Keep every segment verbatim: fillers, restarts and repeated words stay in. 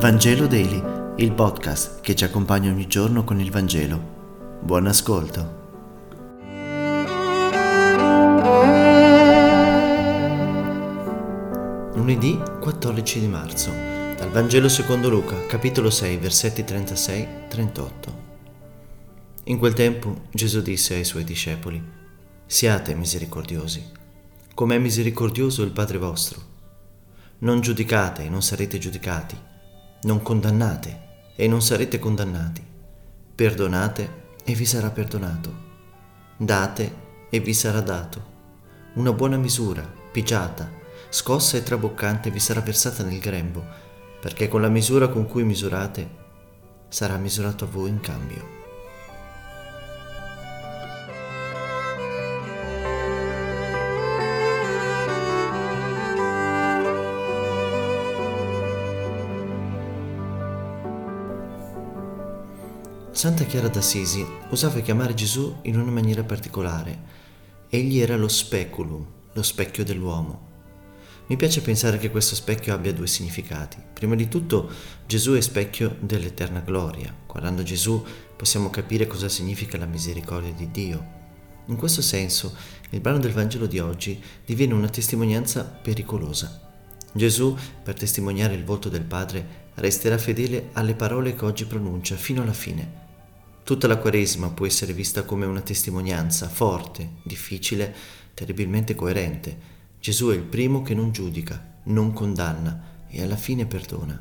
Vangelo Daily, il podcast che ci accompagna ogni giorno con il Vangelo. Buon ascolto. Lunedì quattordici di marzo, dal Vangelo secondo Luca, capitolo sei, versetti trentasei trentotto. In quel tempo Gesù disse ai suoi discepoli: «Siate misericordiosi, come è misericordioso il Padre vostro. Non giudicate e non sarete giudicati. Non condannate e non sarete condannati. Perdonate e vi sarà perdonato. Date e vi sarà dato. Una buona misura, pigiata, scossa e traboccante vi sarà versata nel grembo, perché con la misura con cui misurate sarà misurato a voi in cambio». Santa Chiara d'Assisi usava chiamare Gesù in una maniera particolare. Egli era lo speculum, lo specchio dell'uomo. Mi piace pensare che questo specchio abbia due significati. Prima di tutto, Gesù è specchio dell'eterna gloria. Guardando Gesù possiamo capire cosa significa la misericordia di Dio. In questo senso, il brano del Vangelo di oggi diviene una testimonianza pericolosa. Gesù, per testimoniare il volto del Padre, resterà fedele alle parole che oggi pronuncia fino alla fine. Tutta la Quaresima può essere vista come una testimonianza forte, difficile, terribilmente coerente. Gesù è il primo che non giudica, non condanna e alla fine perdona.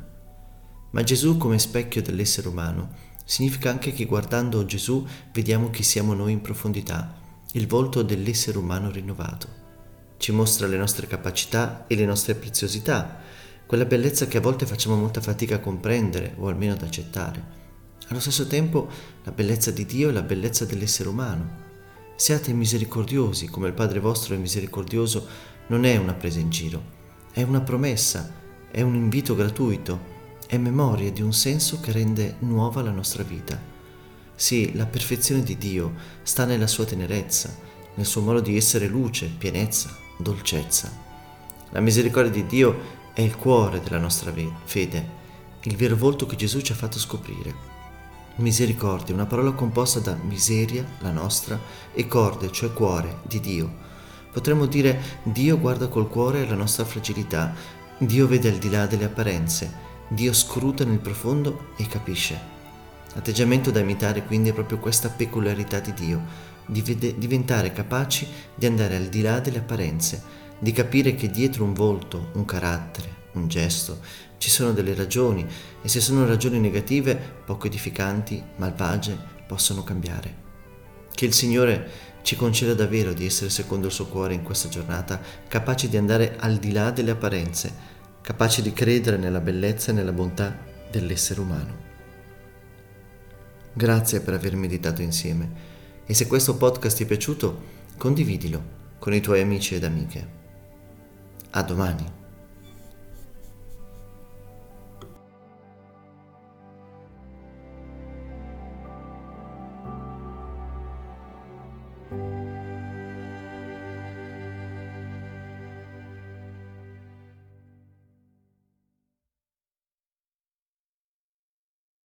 Ma Gesù come specchio dell'essere umano significa anche che guardando Gesù vediamo chi siamo noi in profondità, il volto dell'essere umano rinnovato. Ci mostra le nostre capacità e le nostre preziosità, quella bellezza che a volte facciamo molta fatica a comprendere o almeno ad accettare. Allo stesso tempo la bellezza di Dio e la bellezza dell'essere umano. Siate misericordiosi come il Padre vostro è misericordioso non è una presa in giro, è una promessa, è un invito gratuito, è memoria di un senso che rende nuova la nostra vita. Sì, la perfezione di Dio sta nella sua tenerezza, nel suo modo di essere luce, pienezza, dolcezza. La misericordia di Dio è il cuore della nostra fede, il vero volto che Gesù ci ha fatto scoprire. Misericordia, una parola composta da miseria, la nostra, e corde, cioè cuore, di Dio. Potremmo dire: Dio guarda col cuore la nostra fragilità, Dio vede al di là delle apparenze, Dio scruta nel profondo e capisce. L'atteggiamento da imitare quindi è proprio questa peculiarità di Dio, di vede- diventare capaci di andare al di là delle apparenze, di capire che dietro un volto, un carattere, un gesto, ci sono delle ragioni, e se sono ragioni negative, poco edificanti, malvagie, possono cambiare. Che il Signore ci conceda davvero di essere secondo il suo cuore in questa giornata, capaci di andare al di là delle apparenze, capaci di credere nella bellezza e nella bontà dell'essere umano. Grazie per aver meditato insieme, e se questo podcast ti è piaciuto, condividilo con i tuoi amici ed amiche. A domani.